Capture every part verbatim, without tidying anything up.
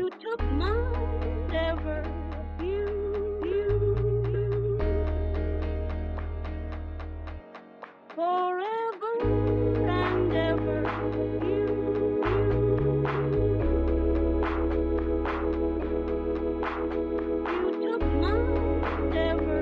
You took my ever you, you forever and ever you, you took my ever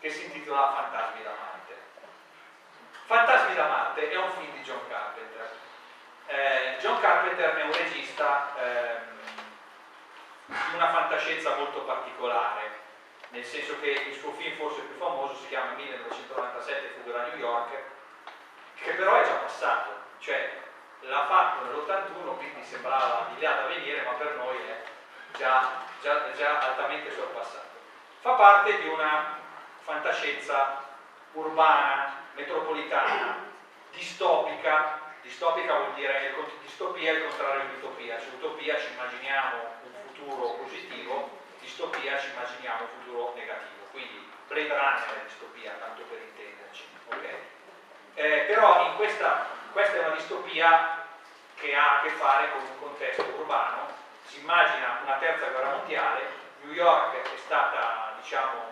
che si intitola Fantasmi da Marte. Fantasmi da Marte è un film di John Carpenter. Eh, John Carpenter è un regista ehm, di una fantascienza molto particolare, nel senso che il suo film forse più famoso si chiama millenovecentonovantasette Fuga da New York, che però è già passato, cioè l'ha fatto nell'ottantuno, quindi sembrava di là da venire, ma per noi è già, già, già altamente sorpassato. Fa parte di una fantascienza urbana, metropolitana, distopica. Distopica vuol dire, distopia è il contrario di utopia, cioè utopia ci immaginiamo un futuro positivo, distopia ci immaginiamo un futuro negativo, quindi Blade Runner è distopia, tanto per intenderci, okay? Eh, però in questa, questa è una distopia che ha a che fare con un contesto urbano. Si immagina una terza guerra mondiale, New York è stata, diciamo,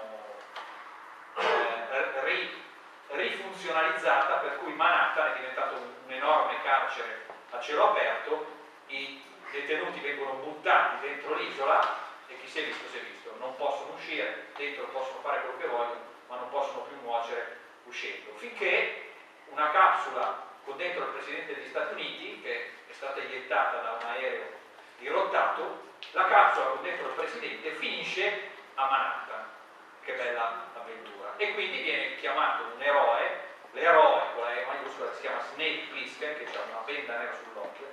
eh, ri, rifunzionalizzata, per cui Manhattan è diventato un, un enorme carcere a cielo aperto, i detenuti vengono buttati dentro l'isola e chi si è visto si è visto, non possono uscire, dentro possono fare quello che vogliono, ma non possono più nuocere uscendo, finché una capsula con dentro il Presidente degli Stati Uniti, che è stata iettata da un aereo dirottato, la capsula con dentro il Presidente finisce a Manhattan. Che bella avventura. E quindi viene chiamato un eroe, l'eroe con la E maiuscola, si chiama Snake Plissken, che ha una benda nera sull'occhio.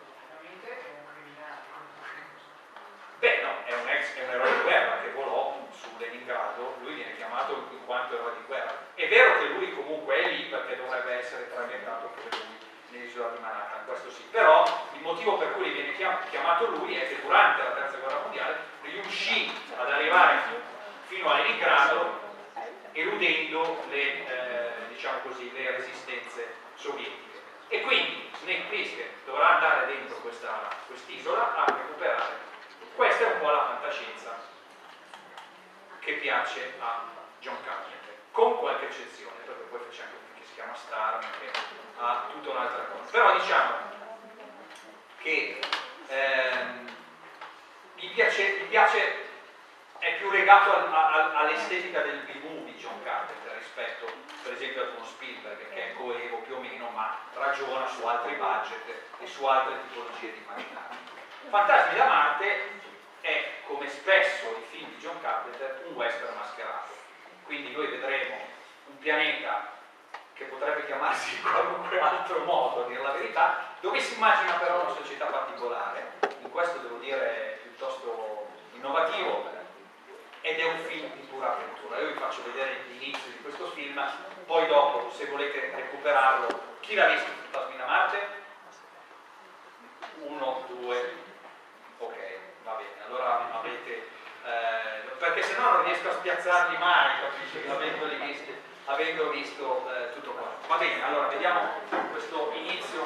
Beh, no, è un, ex, è un eroe di guerra che volò su Leningrado, lui viene chiamato in quanto eroe di guerra. È vero che lui comunque è lì perché dovrebbe essere traghettato pure lui nell'isola di Manhattan, questo sì. Però il motivo per cui viene chiamato lui è che durante la terza guerra mondiale riuscì ad arrivare fino a Leningrado, eludendo le, eh, diciamo così, le resistenze sovietiche. E quindi Snake Plissken dovrà andare dentro questa quest'isola a recuperare. Questa è un po' la fantascienza che piace a John Carpenter, con qualche eccezione, perché poi c'è anche un che si chiama Starman, che ha tutta un'altra cosa. Però diciamo che ehm, mi piace, mi piace è più legato al, al, all'estetica del B-movie John Carpenter rispetto per esempio ad uno Spielberg, che è coevo più o meno, ma ragiona su altri budget e su altre tipologie di immaginario. Fantasmi da Marte è, come spesso i film di John Carpenter, un western mascherato. Quindi noi vedremo un pianeta che potrebbe chiamarsi in qualunque altro modo, a dire la verità, dove si immagina però una società particolare. In questo devo dire piuttosto innovativo, ed è un film di pura avventura. Io vi faccio vedere l'inizio di questo film, poi dopo, se volete recuperarlo, chi l'ha visto Fantasmi da Marte? Uno, due, ok, va bene, allora avete, eh, perché se no non riesco a spiazzarli mai, capisci, avendoli visti, avendo visto eh, tutto qua. Va bene, allora vediamo questo inizio.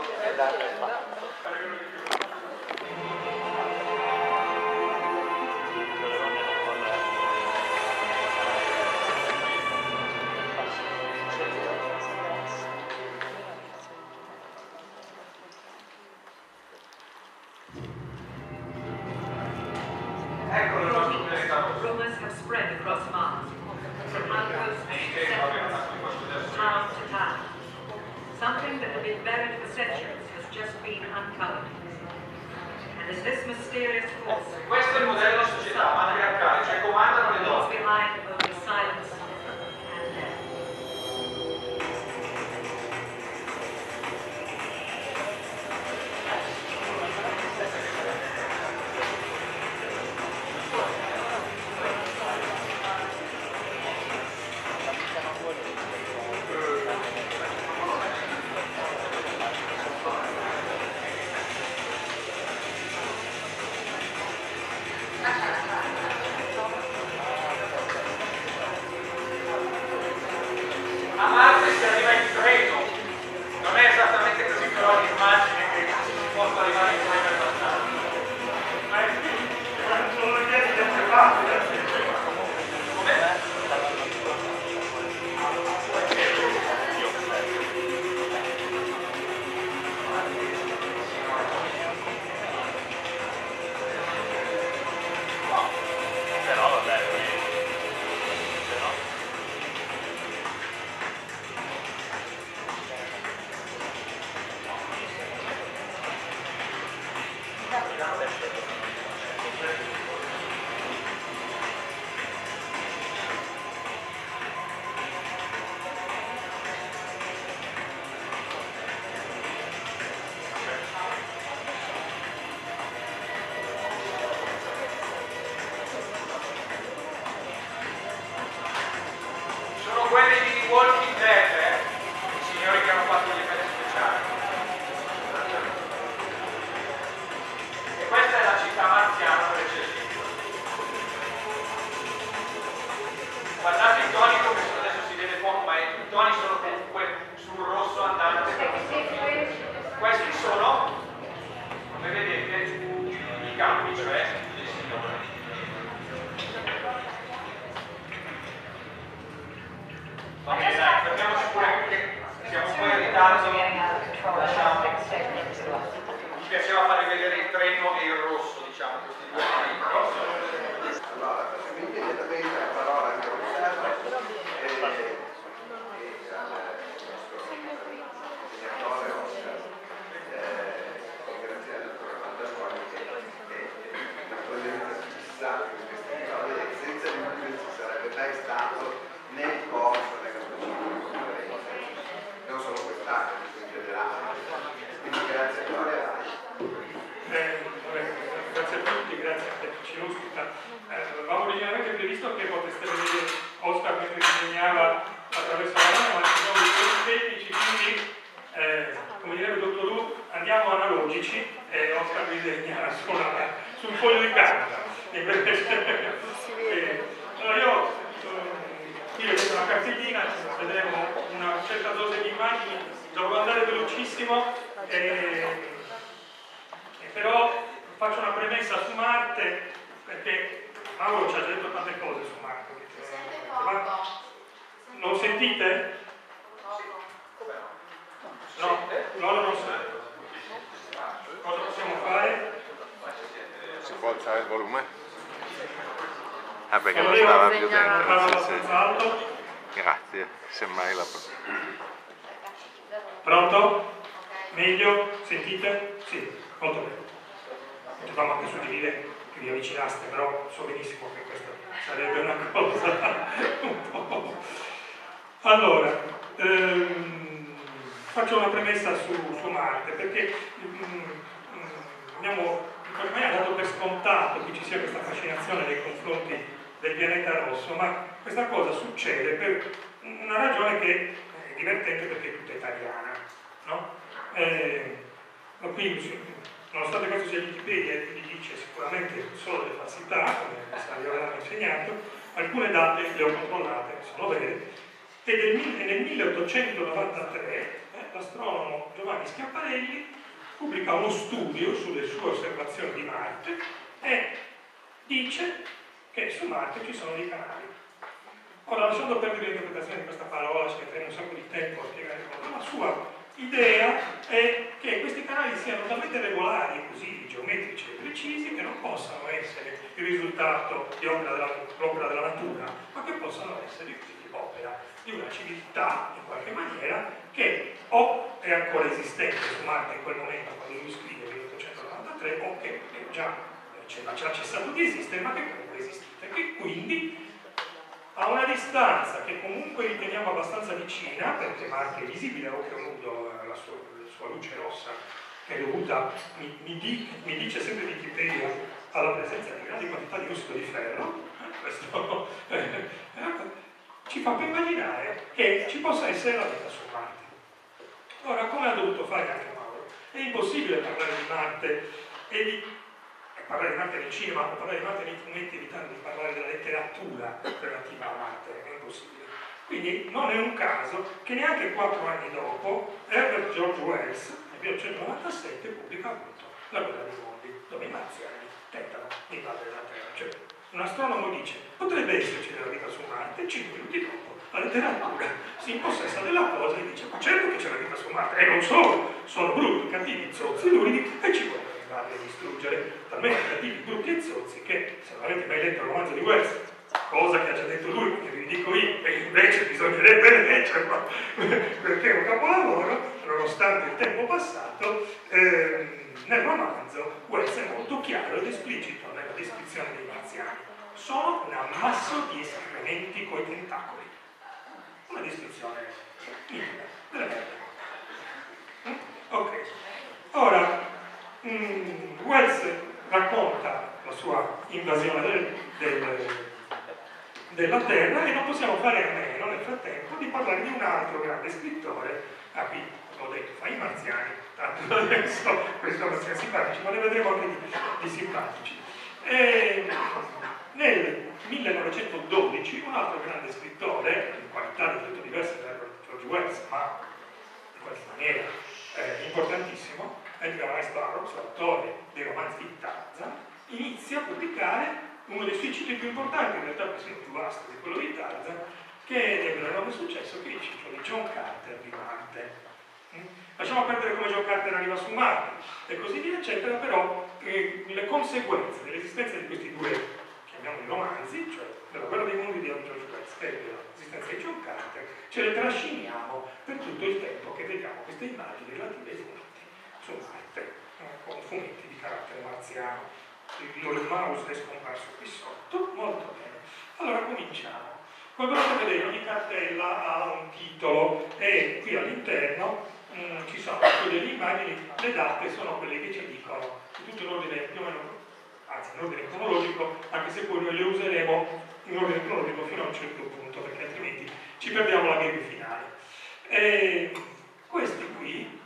Rumors have spread across Mars, from outposts to settlements, town to town. Something that had been buried for centuries has just been uncovered. And as this mysterious force Questo è il modello di società matriarcale, cioè comandano le leaves donne. behind only silence and death. A Marte si arriva in treno, non è esattamente così, però l'immagine che si possa arrivare in treno è abbastanza. Ma è quando lo chiedi sempre facile. Come? Però vabbè, però intanto lasciamo, mi piaceva farvi vedere il treno e il rosso, diciamo, questi due treni. Allora, facciamo immediatamente la parola che osserva e direttore Oscar, ringraziare il dottor Mantasquani che naturalmente fissa queste parole senza di cui non ci sarebbe mai stato né il corso né la conferenza, non solo quest'anno, ma in generale. Quindi grazie a Gloria. Eh, grazie a tutti, grazie a chi ci ospita. Eh, avevamo originariamente previsto che poteste vedere Oscar mentre disegnava attraverso la mano, ma ci sono i suoi tecnici, quindi eh, come direbbe il dottor Lu, andiamo analogici e Oscar disegna sulla, sul foglio di carta. eh, allora io eh, qui ho una cartellina, vedremo una certa dose di immagini, dovrò andare velocissimo. Eh, Però faccio una premessa su Marte, perché Mauro ci ha detto tante cose su Marte. Ma non sentite? No, loro non sento. Cosa possiamo fare? Si può alzare il volume? Ah, perché Non non devo stava più non parlo dentro. Sì, abbastanza alto. sì. Grazie, semmai la... Pronto? Meglio? Sentite? Sì, molto bene. Potevamo anche suggerire che vi avvicinaste, però so benissimo che questa sarebbe una cosa un po'. Allora, ehm, faccio una premessa su, su Marte, perché mm, abbiamo ormai dato per scontato che ci sia questa fascinazione nei confronti del pianeta rosso, ma questa cosa succede per una ragione che è divertente perché è tutta italiana, no? Eh, quindi, nonostante questo sia Wikipedia e quindi dice sicuramente solo delle falsità, come vi avevano insegnato, alcune date le ho controllate, sono vere, e del, nel milleottocentonovantatré eh, l'astronomo Giovanni Schiaparelli pubblica uno studio sulle sue osservazioni di Marte e dice che su Marte ci sono dei canali. Ora, lasciando perdere l'interpretazione di questa parola, ci metteremo un sacco di tempo a spiegare cosa, la sua idea è che questi canali siano talmente regolari, così geometrici e precisi, che non possano essere il risultato di opera della, della natura, ma che possano essere opera di una civiltà, in qualche maniera, che o è ancora esistente su Marte in quel momento, quando lui scrive nel milleottocentonovantatré, o che è già, ha già cessato di esistere, ma che comunque esiste, che quindi a una distanza che comunque riteniamo abbastanza vicina, perché Marte è visibile a occhio nudo, la sua, la sua luce rossa, che è dovuta, mi, mi, di, mi dice sempre Wikipedia, alla presenza di grandi quantità di ossido di ferro, eh, questo eh, ci fa per immaginare che ci possa essere la vita su Marte. Ora, come ha dovuto fare anche Mauro? È impossibile parlare di Marte e di parlare di Marte nel cinema o parlare di Marte nei fumetti evitando di parlare della letteratura relativa a Marte, è impossibile. Quindi non è un caso che neanche quattro anni dopo Herbert George Wells, nel milleottocentonovantasette, pubblica appunto La guerra dei mondi, dove i marziani tentano di invadere la Terra. Cioè, un astronomo dice, potrebbe esserci della vita su Marte, cinque minuti dopo la letteratura si impossessa della cosa e dice, ma certo che c'è la vita su Marte, e non solo, sono brutti, cattivi, zozzi, luridi, e ci vogliono a distruggere, talmente cattivi, brutti e zozzi che, se non avete mai letto il romanzo di Wells, cosa che ha già detto lui, perché vi dico io, e invece bisognerebbe leggerlo, perché è un capolavoro, nonostante il tempo passato, ehm, nel romanzo Wells è molto chiaro ed esplicito nella descrizione dei marziani. Sono un ammasso di escrementi coi tentacoli. Una descrizione nitida della realtà. Mm? Ok. Ora, Mm, Wells racconta la sua invasione del, del, della Terra e non possiamo fare a meno nel frattempo di parlare di un altro grande scrittore a cui ho detto fa i marziani, tanto adesso questi sono marziani simpatici, ma ne vedremo anche di, di simpatici. E nel millenovecentododici un altro grande scrittore, in qualità di tutto diverso da George Wells, ma in qualche maniera eh, importantissimo, Edgar Rice Burroughs, l'autore dei romanzi di Tarzan, inizia a pubblicare uno dei suoi cicli più importanti, in realtà persino più vasto di quello di Tarzan, che ebbe un enorme successo, che è il ciclo di John Carter di Marte. Lasciamo perdere come John Carter arriva su Marte e così via, eccetera, però eh, le conseguenze dell'esistenza di questi due, chiamiamoli romanzi, cioè della Guerra dei Mondi di George West e dell'esistenza di John Carter, ce le trasciniamo per tutto il tempo che vediamo queste immagini relative ai fumetti su Marte, eh, con fumetti di carattere marziano. Il mouse è scomparso qui sotto, molto bene. Allora cominciamo. Come potete vedere ogni cartella ha un titolo e qui all'interno mh, ci sono delle immagini, le date sono quelle che ci dicono in tutto l'ordine più o meno, anzi in ordine cronologico, anche se poi noi le useremo in ordine cronologico fino a un certo punto, perché altrimenti ci perdiamo la game finale. E questi qui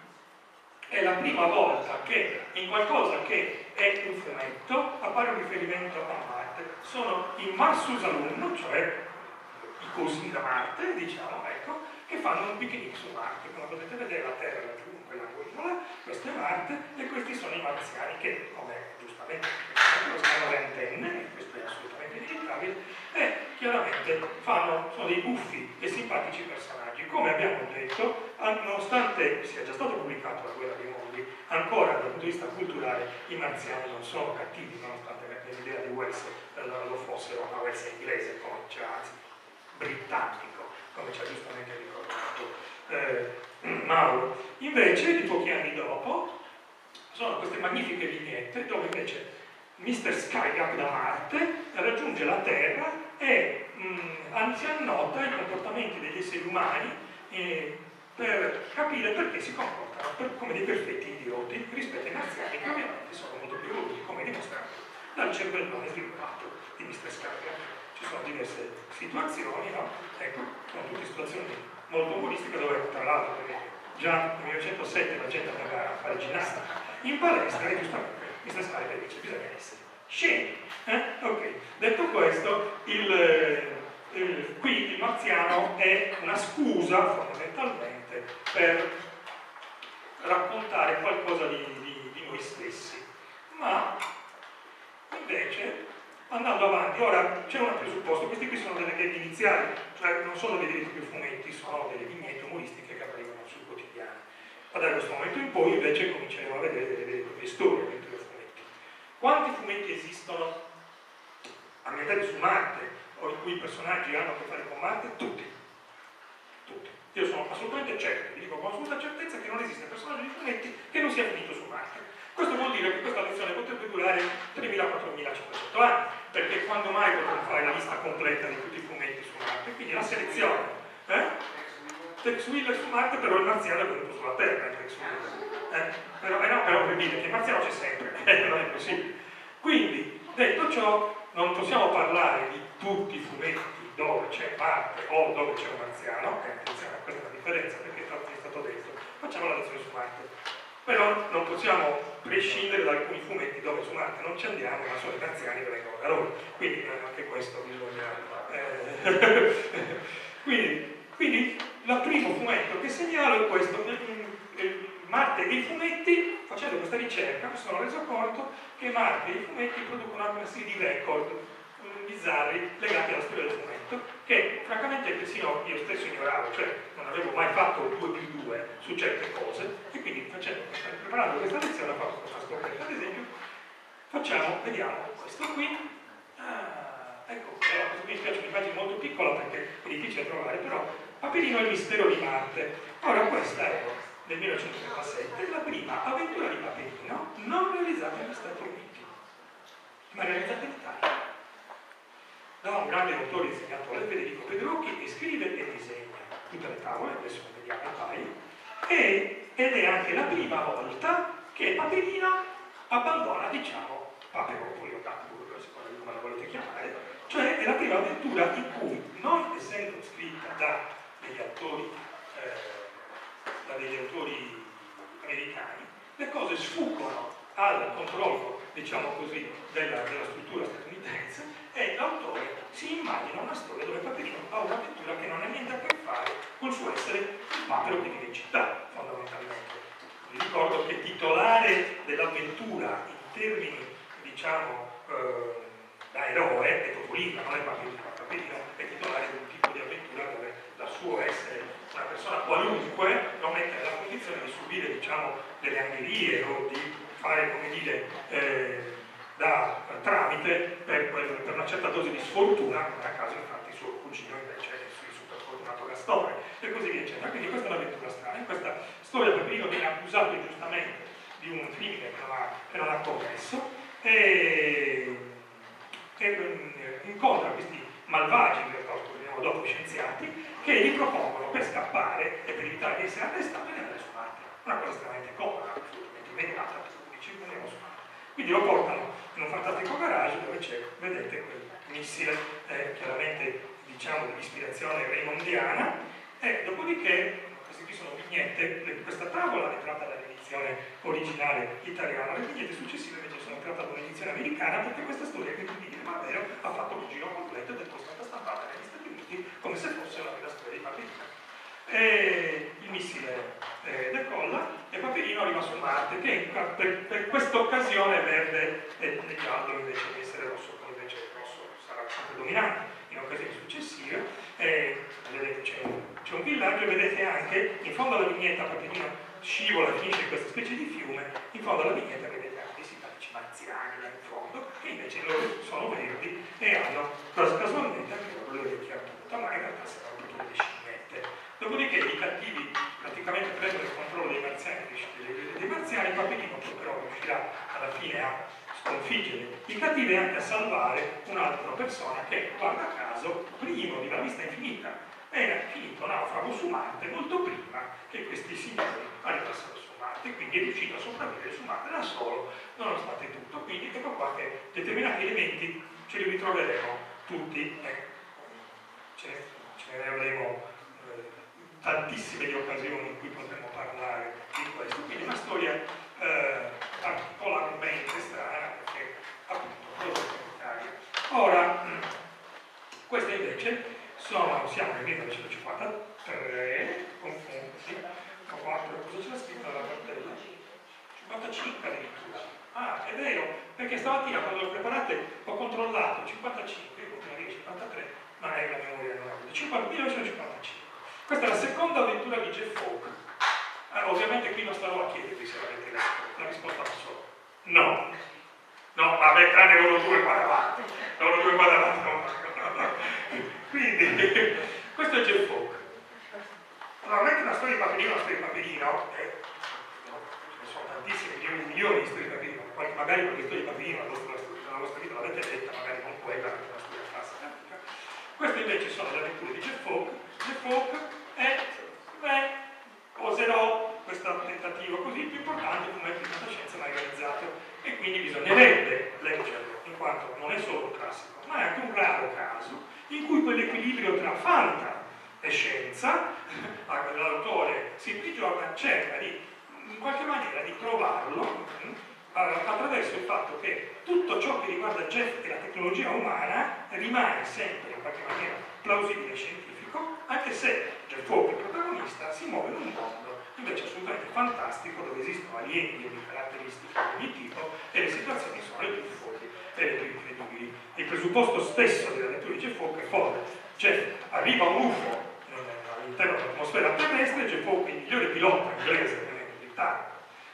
è la prima volta che in qualcosa che è un fumetto appare un riferimento a Marte. Sono i Marsus Alumno, cioè i cosini da Marte, diciamo, ecco, che fanno un picnic su Marte. Come potete vedere la Terra è laggiù in quell'angolino, questo è Marte e questi sono i marziani che, come giustamente lo stanno le antenne, e questo è assolutamente inevitabile, e chiaramente fanno, sono dei buffi e simpatici personaggi. Come abbiamo detto, nonostante sia già stato pubblicato La Guerra dei Mondi, ancora dal punto di vista culturale i marziani non sono cattivi, nonostante l'idea di Wells eh, lo fossero una Wells inglese, come c'è, anzi britannico, come ci ha giustamente ricordato eh, Mauro. Invece, di pochi anni dopo, sono queste magnifiche vignette dove invece mister Skygap da Marte raggiunge la Terra e mh, si annota i comportamenti degli esseri umani eh, per capire perché si comportano per, come dei perfetti idioti rispetto ai marziani, che ovviamente sono molto più evoluti, come dimostrato dal cervellone sviluppato di mister Skygap. Ci sono diverse situazioni, no? Ecco, sono tutte situazioni molto umoristiche dove, tra l'altro, già nel millenovecentosette la gente andava a fare ginnastica in palestra e giustamente mister Skyler dice bisogna essere scemi. Eh? Ok, detto questo, il, il, qui il marziano è una scusa fondamentalmente per raccontare qualcosa di, di, di noi stessi, ma invece andando avanti, ora c'è un presupposto, questi qui sono delle gag iniziali, cioè non sono dei veri più fumetti, sono delle vignette umoristiche che arrivano sul quotidiano. Ma da questo momento in poi invece cominceremo a vedere delle vere e proprie storie dentro i fumetti. Quanti fumetti esistono ambientati su Marte o in cui i personaggi hanno a che fare con Marte? Tutti. Tutti. Io sono assolutamente certo, vi dico con assoluta certezza che non esiste personaggio di fumetti che non sia finito su Marte. Questo vuol dire che questa lezione potrebbe durare tremila quattromila cinquecento anni, perché quando mai potremo fare la lista completa di tutti i fumetti su Marte? Quindi la selezione. Eh? Tex Willer su Marte, però il marziano è venuto sulla Terra, il Tex Willer. Eh? Però, eh no, però per dire che il marziano c'è sempre, eh, non è possibile. Quindi, detto ciò, non possiamo parlare di tutti i fumetti dove c'è Marte o dove c'è un marziano, eh, attenzione a questa è la differenza, perché è stato detto, facciamo la lezione su Marte. Però non possiamo prescindere da alcuni fumetti dove su Marte non ci andiamo, ma sono i marziani che vengono da noi. Quindi eh, anche questo bisogna... Eh, quindi, quindi il primo fumetto che segnalo è questo. Marte e i fumetti, facendo questa ricerca, mi sono reso conto che Marte e i fumetti producono anche una serie di record bizzarri legati alla storia del fumetto, che francamente persino io stesso ignoravo, cioè non avevo mai fatto due più due su certe cose, e quindi facendo, preparando questa lezione ho fatto questa scoperta. Ad esempio, facciamo, vediamo questo qui, ah, ecco, però, questo qui mi piace un'immagine molto piccola perché è difficile da trovare, però Paperino e il mistero di Marte. Ora questa è del millenovecentotrentasette, la prima avventura di Paperino non realizzata negli Stati Uniti, ma realizzata in Italia da un grande autore disegnatore, Federico Pedrocchi, che scrive e disegna tutte le tavole, adesso ne vediamo un paio, e, ed è anche la prima volta che Paperino abbandona, diciamo, Paperopoli o Gatburg, secondo come la volete chiamare, cioè è la prima avventura in cui, non essendo scritta da degli autori, eh, da degli autori americani, le cose sfuggono al controllo, diciamo così, della, della struttura statunitense, e l'autore si immagina una storia dove Paperino ha un'avventura che non ha niente a che fare col suo essere un papero che vive in città, fondamentalmente. Vi ricordo che titolare dell'avventura in termini, diciamo, eh, da eroe è Topolino, non è Paperino. Paperino è titolare di un tipo di avventura dove da suo essere una persona qualunque lo mette nella condizione di diciamo, delle angherie o di fare, come dire, eh, da eh, tramite per, per una certa dose di sfortuna, non a caso infatti suo cugino invece è il super fortunato Gastone e così via eccetera. Quindi questa è un'avventura strana. In questa storia Peperino viene accusato ingiustamente di un crimine che non ha, che non ha commesso e, e um, incontra questi malvagi, in realtà scopriremo dopo, scienziati, che gli propongono per scappare e per evitare di essere arrestato di andare su Marte. Una cosa estremamente comoda, assolutamente immediata, per cui dice andiamo su Marte. Quindi lo portano in un fantastico garage dove c'è, vedete, quel missile, eh, chiaramente diciamo di ispirazione raymondiana, e dopodiché, queste qui sono vignette, questa tavola è tratta dall'edizione originale italiana, le vignette successive invece sono tratte dall'edizione americana, perché questa storia che incredibile ma vero ha fatto un giro completo ed è stata stampata negli Stati Uniti come se fosse la vera storia di Paperino. E il missile eh, decolla e Paperino arriva su Marte, che per, per questa occasione è verde e giallo invece di essere rosso, come invece il rosso sarà sempre dominante in occasioni successive. E, vedete c'è un, c'è un villaggio e vedete anche in fondo alla vignetta Paperino scivola e finisce in questa specie di fiume, in fondo alla vignetta vedete anche i simpatici marziani là in fondo, che invece loro sono verdi e hanno casualmente anche loro le orecchie a punta, ma in realtà saranno tutte delle scimmette. Dopodiché i cattivi praticamente prendono il controllo dei marziani, dei, dei marziani, Paperino che però riuscirà alla fine a sconfiggere i cattivi e anche a salvare un'altra persona che, guarda caso, primo di La Vista Infinita, era finito naufrago su Marte molto prima che questi signori arrivassero su Marte, quindi è riuscito a sopravvivere su Marte da solo, nonostante tutto. Quindi ecco qua che determinati elementi ce li ritroveremo tutti, ecco. ce, ne, ce ne avremo eh, tantissime di occasioni in cui potremo parlare di questo, quindi una storia eh, particolarmente strana perché appunto prodotta in Italia. Ora, queste invece sono, siamo nel millenovecentocinquantatré, confondersi, cosa c'era scritto alla cartella? cinquantacinque addirittura. Ah, è vero, perché stamattina quando l'ho preparate ho controllato cinquantacinque, io continuo a dire cinquantatré, ma è la memoria non è millenovecentocinquantacinque. Questa è la seconda avventura di Jeff Falk. Ah, ovviamente qui non starò a chiedervi se l'avete letto, la risposta non so. No. No, vabbè, tranne loro due qua davanti. Loro due qua davanti non Quindi, questo è Jeff Falk. Allora, non è che una storia di Paperino, una storia di Paperino, eh, ce ne sono tantissime, milioni e milioni di storie di Paperino, magari qualche storia di Paperino nella vostra, nella vostra vita l'avete letta, magari non quella, perché è una storia classica. Queste invece sono le avventure di Jeff Falk. Jeff Falk è, beh, oserò questo tentativo così, il più importante fumetto di fantascienza mai realizzato, e quindi bisognerebbe leggerlo, in quanto non è solo un classico, ma è anche un raro caso in cui quell'equilibrio tra fanta e scienza, l'autore Sidney Jordan cerca di, in qualche maniera, di trovarlo mh, attraverso il fatto che tutto ciò che riguarda Jeff e la tecnologia umana rimane sempre in qualche maniera plausibile e scientifico, anche se Jeff Falk, il protagonista, si muove in un mondo invece assolutamente fantastico, dove esistono alieni di caratteristiche di ogni tipo e le situazioni sono le più folli e le più incredibili. Il presupposto stesso della lettura di Jeff Falk è folle. Cioè, arriva un U F O all'interno dell'atmosfera terrestre, Jeff Falk, il migliore pilota inglese dell'Italia,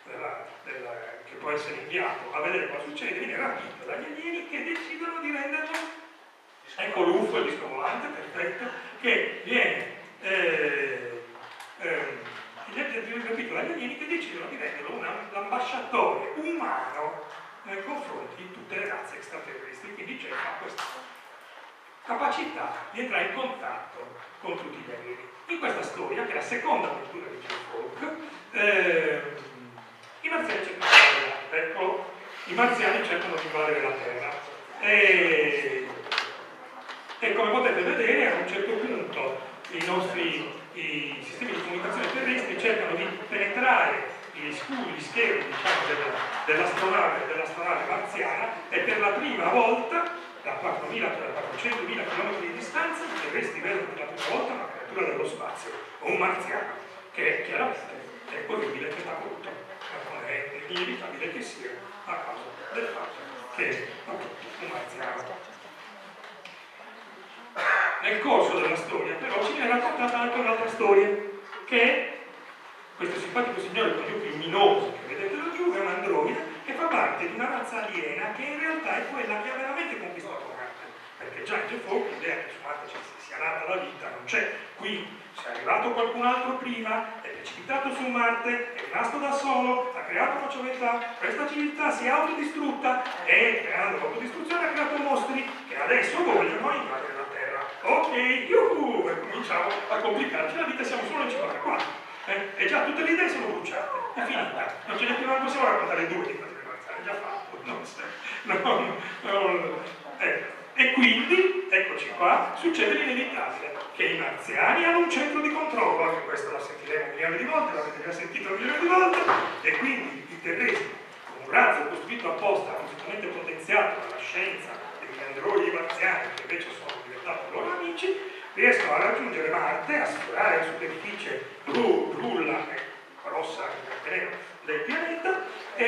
che può essere inviato a vedere cosa succede, viene rapito dagli alieni che decidono di renderlo, ecco l'U F O, il disco volante perfetto, che viene eh, eh, capito dagli alieni che decidono di renderlo un ambasciatore umano nei confronti di tutte le razze extraterrestri, quindi c'è questa capacità di entrare in contatto con tutti gli alieni. In questa storia, che è la seconda avventura di Jeff Falk, eh, i marziani cercano di invadere, ecco, i marziani cercano di invadere la Terra e, e come potete vedere a un certo punto i nostri i sistemi di comunicazione terrestri cercano di penetrare gli scuri, gli schermi diciamo, dell'astronave, dell'astronave marziana e per la prima volta da quattrocentomila chilometri di distanza i terrestri vedono per la prima volta una creatura dello spazio, un marziano, che chiaramente è orribile che sta brutto, ma non è inevitabile che sia a causa del fatto che è appunto un marziano. Nel corso della storia però ci viene raccontata anche un'altra storia che, questo si simpatico signore con gli occhi luminosi che vedete laggiù è un androide che fa parte di una razza aliena che in realtà è quella che ha veramente conquistato Marte, perché già in G-Folk l'idea che su Marte ci sia nata la vita non c'è. Qui se è arrivato qualcun altro prima, è precipitato su Marte, è rimasto da solo, ha creato una civiltà, questa civiltà si è autodistrutta e creando l'autodistruzione ha creato mostri che adesso vogliono invadere la Terra. Ok, yuhu, e cominciamo a complicarci la vita, siamo solo nel cinquantaquattro. Eh? E già tutte le idee sono bruciate, è finita, non ce ne più, non possiamo raccontare due di queste è già fatto, non, non, non, ecco. E quindi, eccoci qua, succede l'inevitabile, che i marziani hanno un centro di controllo, anche questo lo sentiremo milioni di volte, l'avete già sentito milioni di volte, e quindi i terrestri, con un razzo costruito apposta, completamente potenziato dalla scienza degli androidi marziani, che invece sono diventati loro amici, riescono a raggiungere Marte, a sfiorare la superficie blu, brulla e rossa del pianeta,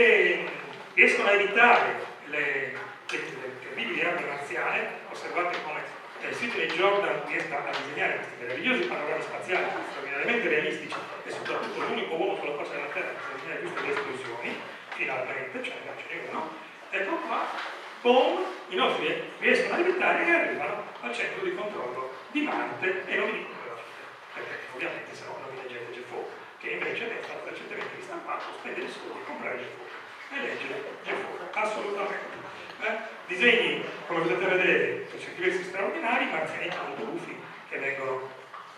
e riescono a evitare le, le, le terribili armi marziane. Osservate come eh, Sidney Jordan riesca a disegnare questi meravigliosi panorami spaziali straordinariamente realistici e soprattutto l'unico uomo sulla faccia della Terra che sa disegnare giusto le esplosioni, finalmente, cioè non ce n'è uno. Ecco qua, boom, i nostri riescono a evitare e arrivano al centro di controllo di Marte e non vi dico della fine, perché ovviamente se no non vi leggete G-Folk, che invece è stato recentemente ristampato, spendere soldi e comprare G-Folk e leggere G-Folk, assolutamente. Eh? Disegni, come potete vedere, per certi versi straordinari, marziani molto buffi che vengono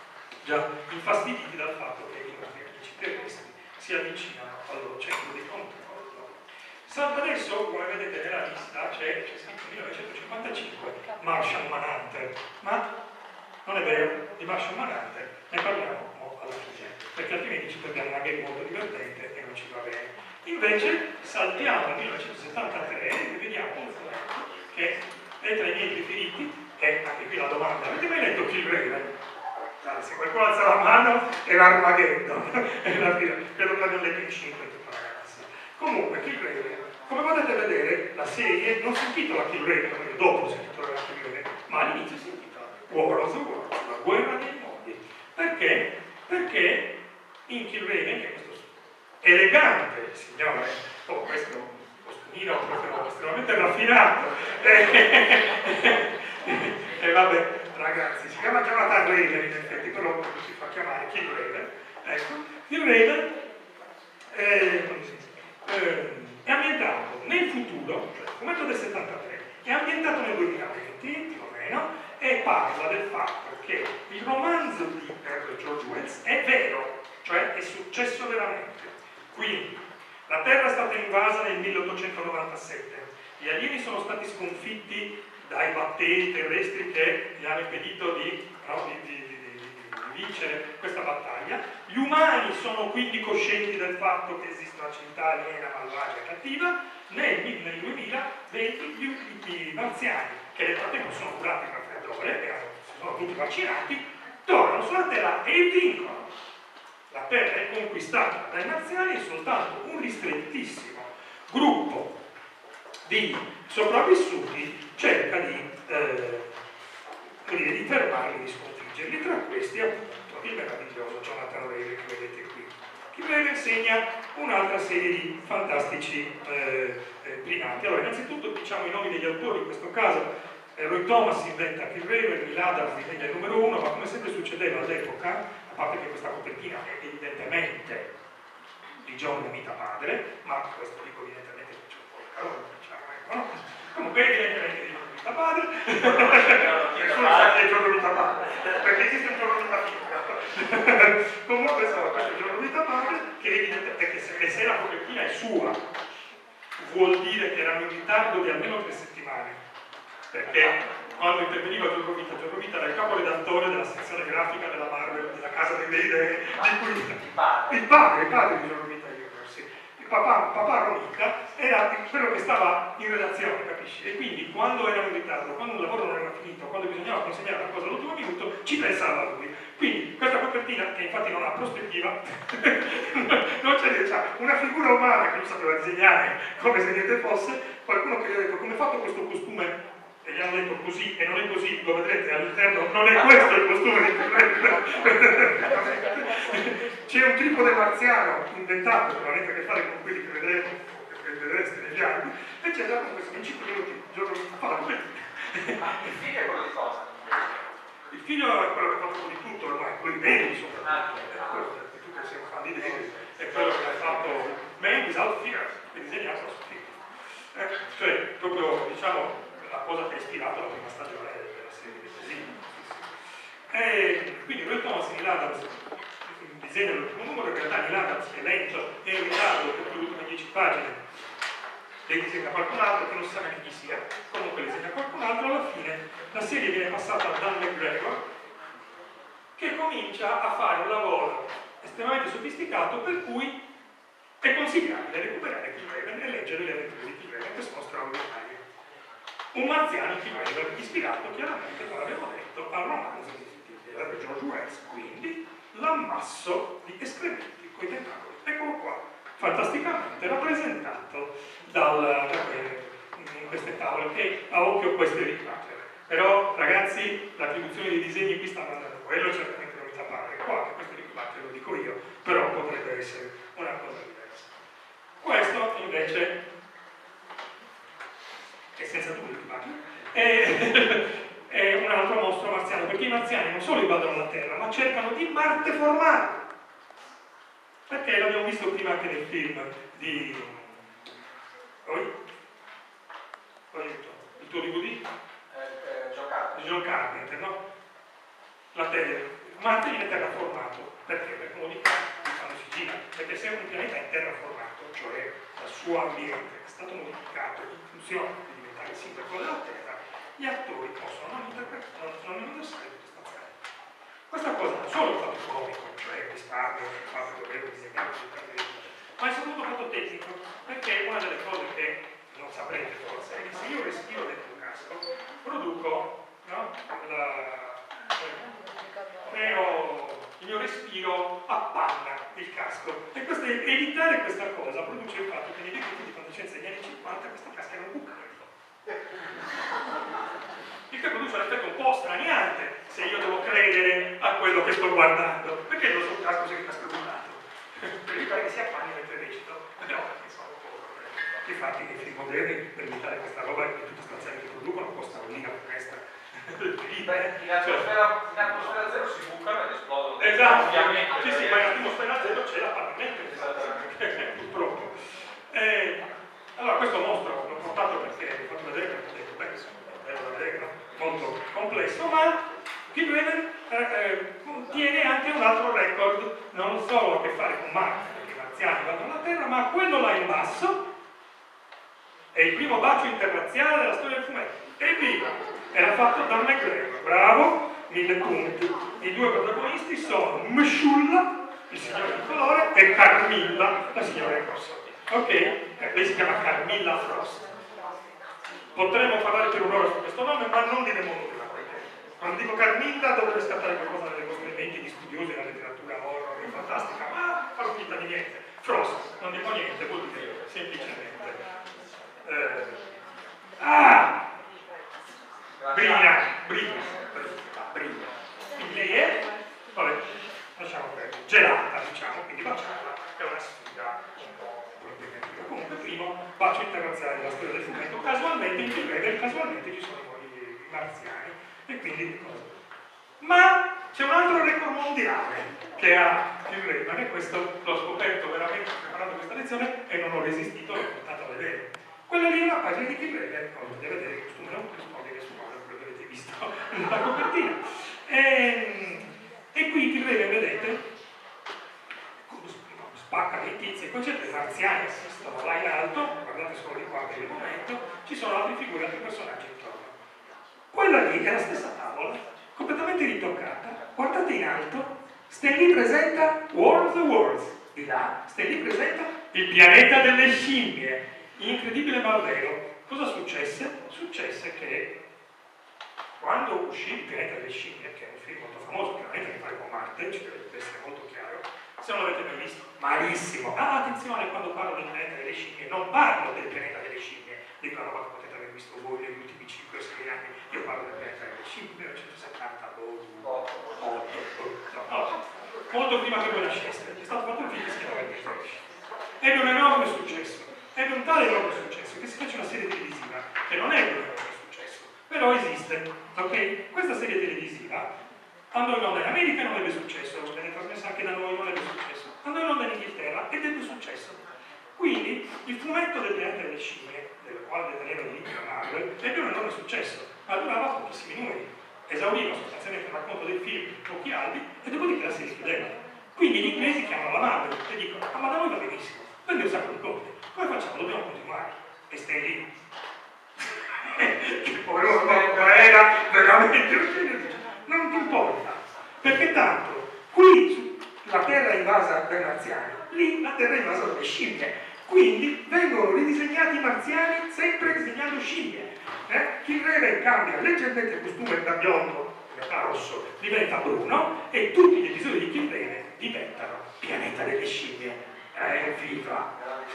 già infastiditi dal fatto che i nostri amici terrestri si avvicinano al loro centro di controllo. Salvo adesso, come vedete nella lista, c'è scritto millenovecentocinquantacinque Martian Manhunter, ma non è vero, di Martian Manhunter ne parliamo alla fine, perché altrimenti ci perdiamo una game molto divertente e non ci va bene. Invece saltiamo al millenovecentosettantatré e vediamo un fumetto che è tra i miei preferiti, e anche qui la domanda: avete mai letto Killraven? Dai, se qualcuno alza la mano è l'Armageddon, è la fila, credo che l'abbiamo letto in cinque tutta la ragazza. Comunque, Killraven, come potete vedere, la serie non si intitola Killraven, perché dopo si intitola Killraven, ma all'inizio si intitola War of the Worlds, la guerra dei mondi. Perché? Perché in Killraven, che è questo elegante signore, oh, questo costumino proprio estremamente raffinato, e eh, vabbè, ragazzi, si chiama Jonathan Raven in effetti, però si fa chiamare Killraven. Ecco, Killraven eh, eh, è ambientato nel futuro, cioè il fumetto del settantatré, è ambientato nel duemilaventi più o meno, e parla del fatto che il romanzo di George Wells è vero, cioè è successo veramente. Quindi, la Terra è stata invasa nel milleottocentonovantasette, gli alieni sono stati sconfitti dai batteri terrestri che gli hanno impedito di, no, di, di, di, di, di vincere questa battaglia, gli umani sono quindi coscienti del fatto che esiste una civiltà aliena, malvagia e cattiva, nel, nel duemilaventi gli, gli marziani, che nel frattempo sono curati per raffreddore e sono tutti vaccinati, tornano sulla Terra e vincono. La Terra è conquistata dai marziani e soltanto un ristrettissimo gruppo di sopravvissuti cerca di, eh, di fermarli, di sconfiggerli. Tra questi appunto il meraviglioso Jonathan Raven che vedete qui. Killraven segna un'altra serie di fantastici eh, eh, primati. Allora, innanzitutto diciamo i nomi degli autori, in questo caso eh, Roy Thomas inventa Killraven, Neil Adams disegna il numero uno, ma come sempre succedeva all'epoca, a parte che questa copertina è evidentemente di John Romita padre, ma questo dico evidentemente che c'è un po' il calore, diciamo, ecco, no? Comunque evidentemente di John Romita padre, nessuno sa che è John Romita padre, perché esiste un John Romita figlio. Comunque insomma, questo è John Romita padre, che evidentemente, perché se, se la copertina è sua, vuol dire che erano in ritardo di almeno tre settimane, perché quando interveniva John Romita, John Romita era il caporedattore della sezione grafica della Marvel, della casa delle idee, di cui il padre, il padre, il padre di John Romita Junior, sì. Il papà, papà Romita era quello che stava in redazione, capisci? E quindi quando erano in ritardo, quando il lavoro non era finito, quando bisognava consegnare una cosa all'ultimo minuto, ci pensava lui. Quindi questa copertina, che infatti non ha prospettiva, non c'è, cioè, una figura umana che non sapeva disegnare come se niente fosse, qualcuno che gli ha detto come è fatto questo costume e gli hanno detto così e non è così, lo vedrete all'interno, non è questo il costume di c'è un tripode marziano inventato, che non ha niente a che fare con quelli che vedremo, che vedrete negli anni, e c'è già con questo in cinque minuti, il giorno di fare quelli. Ma il figlio è quello di cosa? Il figlio è quello che ha fatto di tutto ormai, quello di Davis soprattutto, Ah, è quello che tu che sei un fan di Davis, è quello che ha fatto Man Without Fear, che ha disegnato la sua figlia. Eh, cioè, proprio, diciamo, la cosa che ha ispirato la prima stagione della serie di Casino. E quindi Roy Thomas in Adams disegna l'ultimo numero, in realtà in Adams è lento e in ritardo per le ultime dieci pagine le disegna qualcun altro che non sa neanche chi sia, comunque le disegna qualcun altro, alla fine la serie viene passata a Dan McGregor che comincia a fare un lavoro estremamente sofisticato per cui è consigliabile recuperare Kim Raven e leggere le avventure di Kim Raven che sono straordinarie. Un marziano Kim Raven ispirato chiaramente, come abbiamo detto, al romanzo di George Wells, quindi l'ammasso di escrementi coi tentacoli. Eccolo qua, fantasticamente rappresentato dal, da que- in queste tavole, che a occhio questo è Rick Butler. Però ragazzi, l'attribuzione dei disegni qui stanno andando, quello certamente non mi fa pare, qua che questo è Rick Butler, lo dico io, però potrebbe essere una cosa diversa. Questo invece è senza dubbio Rick Butler, è, è un altro mostro marziano, perché i marziani non solo invadono la Terra, ma cercano di Marte formarla. Perché l'abbiamo visto prima anche nel film di... Poi? Aiuto. Il tuo D V D? Eh, eh, giocare. Di John Carpenter, no? La Terra. Marte viene terraformato. Perché? Per comunicare, quando si gira. Perché se un pianeta è terraformato, cioè dal suo ambiente è stato modificato in funzione di diventare simile a quello della Terra, gli attori possono non interpretare, non indossare questa storia. Questa cosa non solo è un fatto economico, cioè risparmio, il fatto che dovevo disegnare, ma è soprattutto un fatto tecnico, perché una delle cose che non saprete forse è che se io respiro dentro un casco, produco, no? La, creo, il mio respiro appanna il casco. E questo, evitare questa cosa produce il fatto che nei decreti di fantascienza degli anni cinquanta questi caschi erano bucati. Il che produce un effetto un po' straniante se io devo credere a quello che sto guardando, perché non so un casco se il casco è bucato per evitare che si appanni mentre recito, no, perché sono un po'. Infatti nei film moderni per evitare questa roba che tutte queste stazioni che producono costano lì la finestra. Beh, in atmosfera, in atmosfera zero si bucano ed esplodono. Esatto, ovviamente. sì, sì, ma in atmosfera zero c'è l'appannamento, purtroppo. Eh, allora questo mostro l'ho portato perché ho fatto vedere perché ho detto, beh, è bello da vedere, no? Molto complesso, ma Kim Raven eh, eh, contiene anche un altro record, non solo a che fare con Marte, perché i marziani vanno alla Terra, ma quello là in basso è il primo bacio interrazziale della storia del fumetto. Evviva! Era fatto da McGregor, bravo, mille punti. I due protagonisti sono Meshulla, il signore di colore, e Carmilla, la signora in rosso. Ok? Eh, lei si chiama Carmilla Frost. Potremmo parlare per un'ora su questo nome, ma non diremo nulla. Quando dico Carmilla dovrebbe scattare qualcosa nelle vostre menti di studiosi della letteratura horror e fantastica, ma farò finta di niente. Frost, non dico niente, vuol dire semplicemente. Eh, ah! Brina, Brina, Brina. Quindi lei è, vabbè, lasciamo perdere, gelata, diciamo, quindi baciarla è una sfida un po' probabilmente. Comunque, primo bacio internazionale della storia del fumetto, casualmente in Kim casualmente ci sono i, i marziani, e quindi cosa? Ma c'è un altro record mondiale che ha Kim Raven, e questo l'ho scoperto veramente preparando questa lezione e non ho resistito, l'ho portato a vedere. Quella lì è una pagina di Kim Raven, come potete vedere, il costume non corrisponde nessuno a quello che avete visto nella copertina. E, e qui Kim Raven, vedete, spacca dei tizi e concetti, i marziani assistono là in alto, guardate solo di qua per il momento, ci sono altre figure, altri personaggi intorno. Quella lì è la stessa tavola, completamente ritoccata, guardate in alto, Stan Lee presenta War of the Worlds, di là Stan Lee presenta il pianeta delle scimmie. Incredibile ma vero. Cosa successe? Successe che quando uscì il pianeta delle scimmie, che è un film molto famoso, che non ha niente a che fare con Marte, ci deve essere molto chiaro, Se non l'avete mai visto, malissimo. Ah, attenzione, quando parlo del pianeta delle scimmie, non parlo del pianeta delle scimmie, di quella volta potete aver visto voi negli ultimi cinque o sei anni, io parlo del pianeta delle scimmie, millenovecentosettanta, no, molto prima che voi nasceste, è stato fatto un film che si chiama Il pianeta delle scimmie. Ebbe un enorme successo, ebbe un tale enorme successo che si fece una serie televisiva, che non è un enorme successo, però esiste, ok? Questa serie televisiva andò in onda in America e non ebbe successo, venne trasmessa anche da noi, non ebbe successo. Andò in onda in Inghilterra ed ebbe successo. Quindi il fumetto del pianeta delle scimmie, del quale deteneva i diritti la Marvel, ebbe un enorme successo, ma durava pochissimi numeri. Esauriva sostanzialmente il racconto del film in pochi albi e dopodiché la serie chiudeva. Quindi gli inglesi chiamano la Marvel e dicono: ah, ma da noi va benissimo, vende un sacco di copie, come facciamo? Dobbiamo continuare. E stai lì. Che povero era veramente un genio. Non ti importa, perché tanto qui la terra è invasa dai marziani, lì la terra è invasa dalle scimmie, quindi vengono ridisegnati i marziani sempre disegnando scimmie. Eh? Kill Raven cambia leggermente il costume da biondo, in realtà rosso, diventa bruno e tutti gli episodi di Kill Raven diventano pianeta delle scimmie. Eh, viva!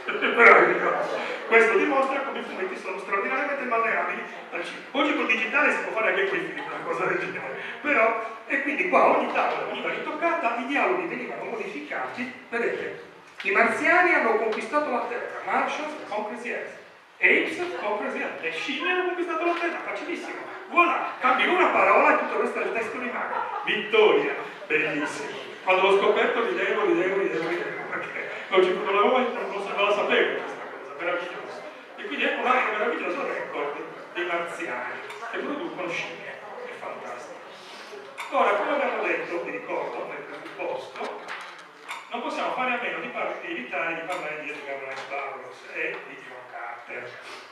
Questo dimostra come i fumetti sono straordinariamente malleabili al cinema. Oggi col digitale si può fare anche quei film, una cosa del genere. Però, e quindi qua ogni tavola veniva ritoccata, i dialoghi venivano modificati. Vedete, i marziani hanno conquistato la Terra, Martians conquer the Earth, Apes conquer the Earth, le scimmie hanno conquistato la Terra, facilissimo. Voilà, cambi una parola e tutto il resto del testo rimane. Vittoria, bellissimo. Quando l'ho scoperto ridevo, ridevo, ridevo, ridevo, perché non, ci, non, l'avevo, non, non la sapevo questa cosa, meravigliosa. E quindi ecco un altro meraviglioso record dei marziani che producono scimmie. È fantastico. Ora, come abbiamo detto, vi ricordo, nel presupposto, non possiamo fare a meno di, par- di evitare di parlare di Edgar Rice Burroughs e di John Carter.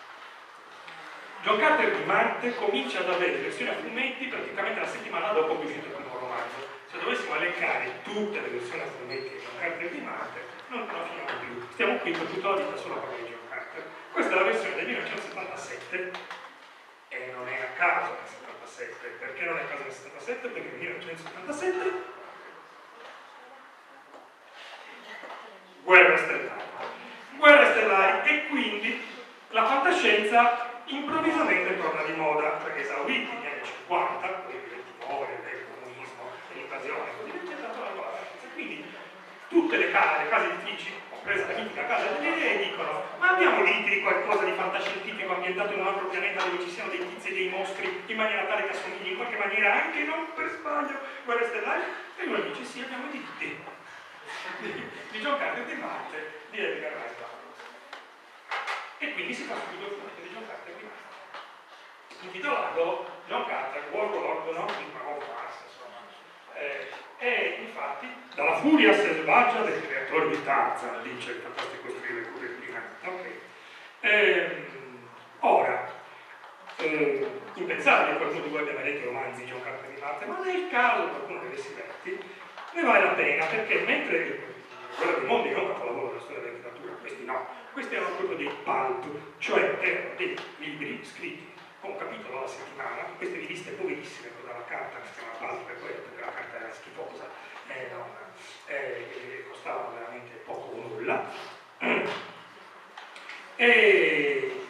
John Carter di Marte comincia ad avere versioni a fumetti praticamente la settimana dopo che è uscito il primo romanzo. Se dovessimo elencare tutte le versioni a fumetti di John Carter di Marte, non la finiamo più. Stiamo qui per tutta la vita solo a parlare di John Carter. Questa è la versione del millenovecentosettantasette e non è a caso nel settantasette. Perché non è a caso nel settantasette? Perché nel millenovecentosettantasette guerre stellari. Guerre stellari e quindi la fantascienza improvvisamente torna di moda, perché esauriti negli anni cinquanta, quelli del timore, del comunismo, dell'invasione, così via, c'è stata la fantascienza. Quindi tutte le case, le case editrici, compresa la mitica casa delle idee, dicono: ma abbiamo diti di qualcosa di fantascientifico ambientato in un altro pianeta dove ci siano dei tizi e dei mostri in maniera tale che assomigli in qualche maniera anche non per sbaglio guerre stellari? E lui dice: sì, abbiamo diti di, di John Carter di Marte, di Edgar Rice Burroughs. E quindi si fa subito il fumetto di John Carter di Marte, intitolato John Carter, Warlord, no? Di Mars, insomma. Eh, e infatti, dalla furia selvaggia del creatore di Tarzan, dice il fantastico scrivere copertina. Okay. Eh, ora, eh, impensabile che qualcuno di voi abbia mai letto i romanzi di John Carter di Marte, ma nel caso qualcuno li avessi letti, ne vale la pena, perché mentre quello di mondi è un capolavoro della storia della letteratura, questi no, questi erano proprio dei pulp, cioè erano dei libri scritti con un capitolo alla settimana, queste riviste poverissime con la carta che si chiama pulp per quello, perché la carta era schifosa, eh, no, eh, costavano veramente poco o nulla, e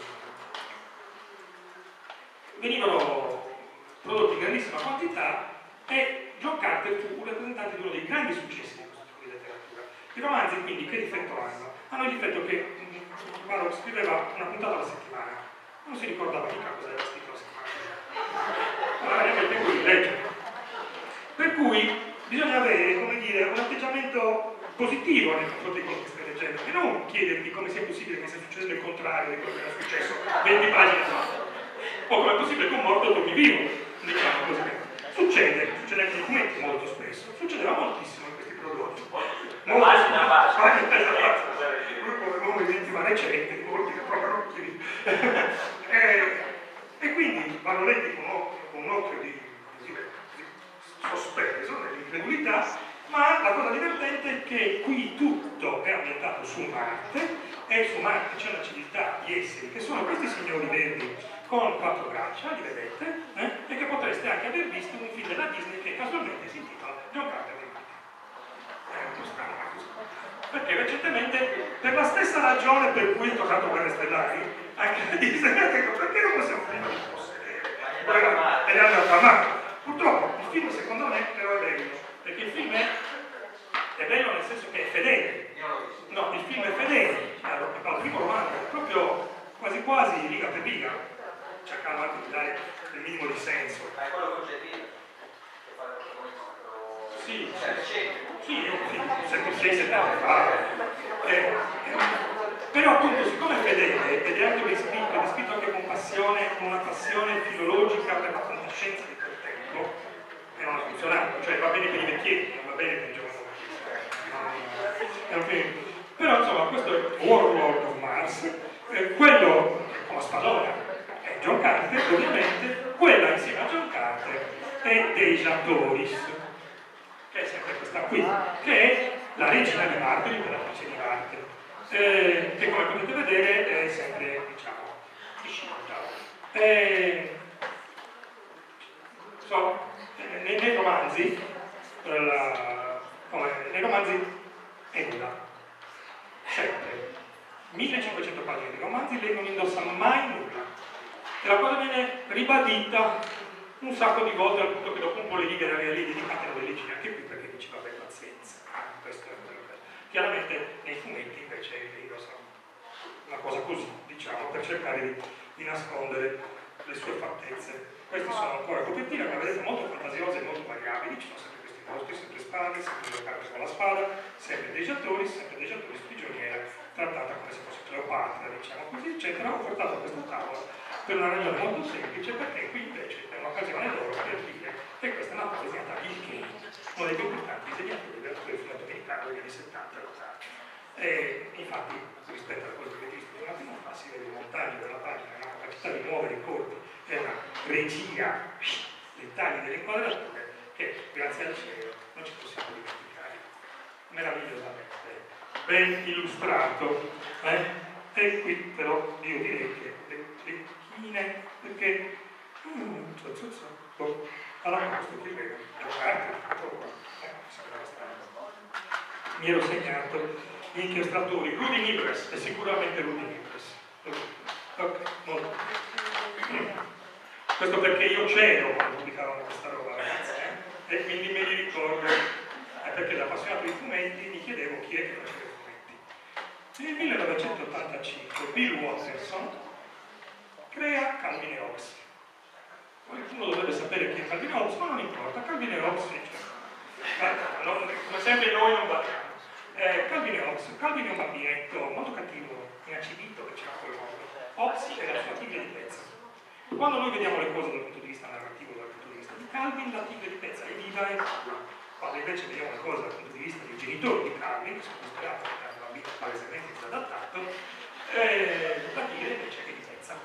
venivano prodotti in grandissima quantità e John Carter fu un rappresentante di uno dei grandi successi di questo tipo di letteratura. I romanzi quindi che difetto hanno? Hanno il difetto che Burroughs scriveva una puntata alla settimana, non si ricordava mica cosa aveva scritto la settimana, non aveva neanche il tempo di leggere. Per cui bisogna avere, come dire, un atteggiamento positivo nei confronti di quello che stai leggendo e non chiederti come sia possibile che stia succedendo il contrario di quello che era successo venti pagine fa, o come è possibile che un morto torni vivo, diciamo così. Succede, succede anche nei fumetti molto spesso, succedeva moltissimo in questi prodotti. Molto Pagina base. come un'intima recente, molti che provano così. e, e quindi vanno letti con un occhio, con un occhio di, di, di sospeso, nell'incredulità, ma la cosa divertente è che qui tutto è ambientato su Marte e su Marte c'è una civiltà di esseri che sono questi signori verdi con quattro braccia, li vedete, eh? E che potreste anche aver visto in un film della Disney che casualmente si intitola John Carter di Marte. è un po' strano così. Perché recentemente, per la stessa ragione per cui ho toccato Guerre Stellari, anche la Disney ha detto perché non possiamo prima di possedere? E è andata male. Purtroppo il film secondo me però è bello, perché il film è, è bello nel senso che è fedele. No, il film è fedele al primo romanzo, è proprio quasi quasi riga per riga, cercando anche di dare il minimo di senso. Ma è quello con J P che fa il protagonista? Sì, Cioè, recente. sì, io sì, sei sette anni fa. Eh, eh, però appunto, siccome è fedele ed è anche descritto, è descritto anche con passione, con una passione filologica per la fantascienza di quel tempo, e non ha funzionato, cioè va bene per i vecchietti, non va bene per i giovani. È un film. Però insomma questo è Warlord of Mars, eh, quello con la spadona è John Carter, ovviamente, quella insieme a John Carter è Deja Doris, che è sempre questa qui, che è la regina di Marte, l'imperatrice di Marte, eh, che come potete vedere è sempre, diciamo, disciolta. Eh, so, nei, nei romanzi, la, come, nei romanzi è nuda, sempre. millecinquecento pagine di romanzi, lei non indossa mai nulla. E la cosa viene ribadita un sacco di volte, al punto che dopo un po' le righe le dedicate non le leggi neanche più perché dici vabbè pazienza. Questo è quello che... Chiaramente nei fumetti invece lei indossa una cosa così, diciamo, per cercare di, di nascondere le sue fattezze. Questi sono ancora copertine, come vedete, molto fantasiose e molto variabili, ci sono sempre questi mostri, sempre spade, sempre giocate con la spada, sempre dei giatori, sempre dei giatori prigioniera, trattata come se fosse Cleopatra, diciamo così, eccetera. Ho portato questa tavola per una ragione molto semplice, perché qui invece è un'occasione d'oro per dire che questa è una cosa disegnata da Gil Kane, uno dei più importanti disegnatori del fumetto militare degli anni settanta. E infatti, rispetto alla cosa che visto un attimo fa, si vede il montaggio della pagina, una capacità di muovere i corpi, è una regia, dettagli delle inquadrature che grazie al cielo non ci possiamo dimenticare. Meravigliosamente ben illustrato, eh? E qui però io direi che le clicchine, perché mm, so, so, so, oh, alla posto che vedo, è un'arte, oh, eh, sembra strano. Mi ero segnato gli inchiostratori, Rudy Nibres, è sicuramente Rudy Nibres. Ok, molto. Mm. Questo perché io c'ero quando pubblicavano questa roba, ragazzi, eh? E quindi me li ricordo, eh, perché da appassionato di fumetti mi chiedevo chi è che faceva i fumetti. Nel millenovecentottantacinque Bill Watterson crea Calvin e Hobbes. Qualcuno dovrebbe sapere chi è Calvin e Hobbes, ma non importa, Calvin e Hobbes, cioè, no, come sempre noi non parliamo. Eh, Calvin e Hobbes, Calvin è un bambinetto molto cattivo, inacidito, che c'era quel modo. Hobbes è la sua tigre di pezza. Quando noi vediamo le cose dal punto di vista narrativo, dal punto di vista di Calvin, la tigre di pezza è viva e parla. Quando invece vediamo le cose dal punto di vista dei genitori di Calvin, che sono disperati perché è un bambino palesemente disadattato, eh, la tigre invece è di pezza.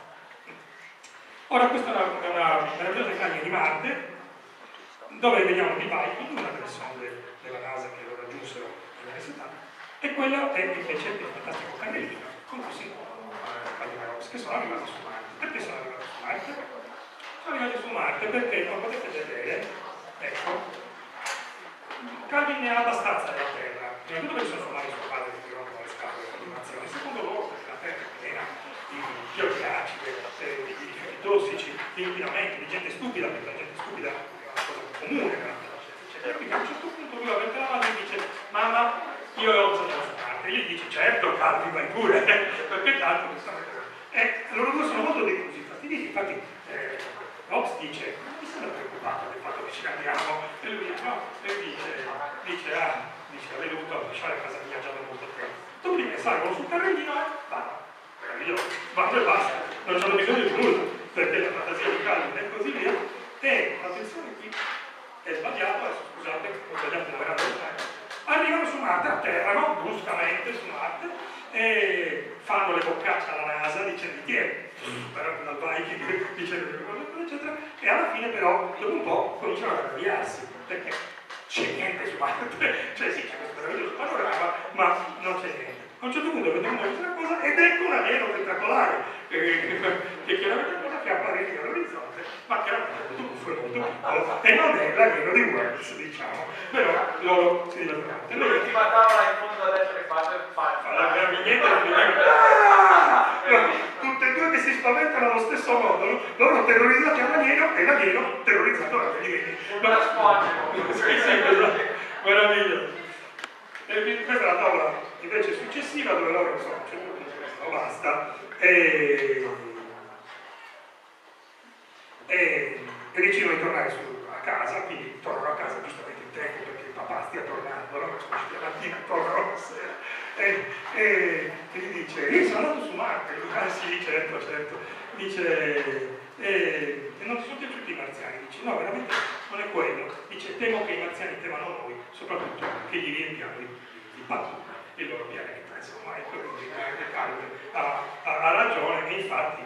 Ora questa è una, una meravigliosa immagine di Marte, dove vediamo i Viking, una delle sonde della NASA che lo raggiunsero negli anni settanta, e quello è invece il fantastico carrellino con cui si muovono Calvin e Hobbes, che sono arrivati su Marte. Perché sono arrivati su Marte? Sono arrivati su Marte perché, come potete vedere, ecco, Calvin ne ha abbastanza della Terra. Prima di tutto perché sono formati suo padre che rompono le scatole della continuazione, secondo loro perché la Terra è piena di chiodi acide, di rifiuti tossici, di inquinamenti, di gente stupida, perché la gente stupida è una cosa comune nella Terra. Quindi a un certo punto lui va per la madre e dice: mamma, io ho usato su Marte. E gli dice: certo, Calvin, vai pure, perché tanto mi stanno. E loro due sono molto delusi, fastiditi, infatti eh, Hobbes dice: non mi sembra preoccupato del fatto che ci andiamo, e lui dice: no, e dice, dice, ah, dice, avrei dovuto lasciare casa mia già da molto tempo. Dopodiché salgono sul carrellino e vanno, meraviglioso, vanno e basta, non c'hanno bisogno di nulla, perché la fantasia di Calvin è così via, e attenzione qui, è sbagliato, adesso scusate, ho sbagliato la grande. Arrivano su Marte, atterrano bruscamente su Marte e fanno le boccacce alla NASA dicendo ti è, dal Viking dicendo eccetera, e alla fine però dopo un po' cominciano ad arrabbiarsi perché c'è niente su Marte, cioè sì c'è questo meraviglioso panorama ma non c'è niente. A un certo punto vedono questa cosa ed ecco un alieno tentacolare che, che chiaramente è una cosa che che appare lì all'orizzonte, ma chiaramente molto buffo e molto piccolo, e non è l'aghero di Wells, diciamo, però loro si divertono. L'ultima tavola in fondo a destra che fate, Alla fate. vignetta ah! Tutte e due che si spaventano allo stesso modo, no? Loro terrorizzati all'alieno e l'alieno terrorizzato dagli Una squadra. Sì, sì, esatto. Meraviglioso. E questa è la tavola invece successiva dove loro insomma c'è tutto questo, basta. E, e, e decidono di tornare su, a casa, quindi tornano a casa giustamente in tempo perché il papà stia tornando, no? Sono usciti la mattina, tornano la sera. E, e, e gli dice, io sono andato su Marte, ah sì, certo, certo, dice, e, e non ti sono piaciuti i marziani? Dice, no, veramente non è quello, dice, temo che i marziani temano noi, soprattutto che gli riempiamo di, di pattuglia il loro pianeta, insomma, ecco, quindi ha, ha, ha ragione, e infatti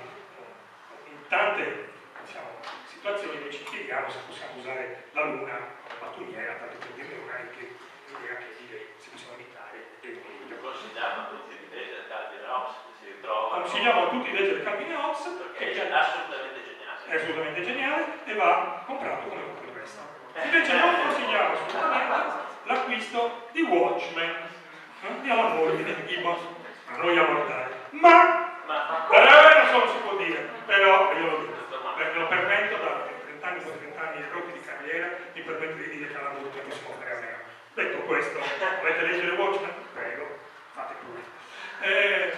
in tante, diciamo, situazioni noi ci chiediamo se possiamo usare la Luna come pattugliera, tanto per dire una che l'idea che direi se possiamo evitare è meglio. Consigliamo a tutti di leggere Calvin Hobbes, che si ritrovano. Consigliamo a tutti di leggere Calvin Hobbes, Perché che è assolutamente geniale. è assolutamente geniale e va comprato come tutto il resto. Invece non consigliamo assolutamente l'acquisto di Watchmen, eh, di Alan Moore, di David Gibbons, a noi a mortale. Ma, Ma eh, non so, non si può dire, però io lo dico, perché lo permetto da trenta anni, dopo trenta anni rotti di carriera, mi permetto di dire che Alan Moore non si può fare a meno. Detto questo, volete leggere Watchmen? Prego, fate pure. Eh,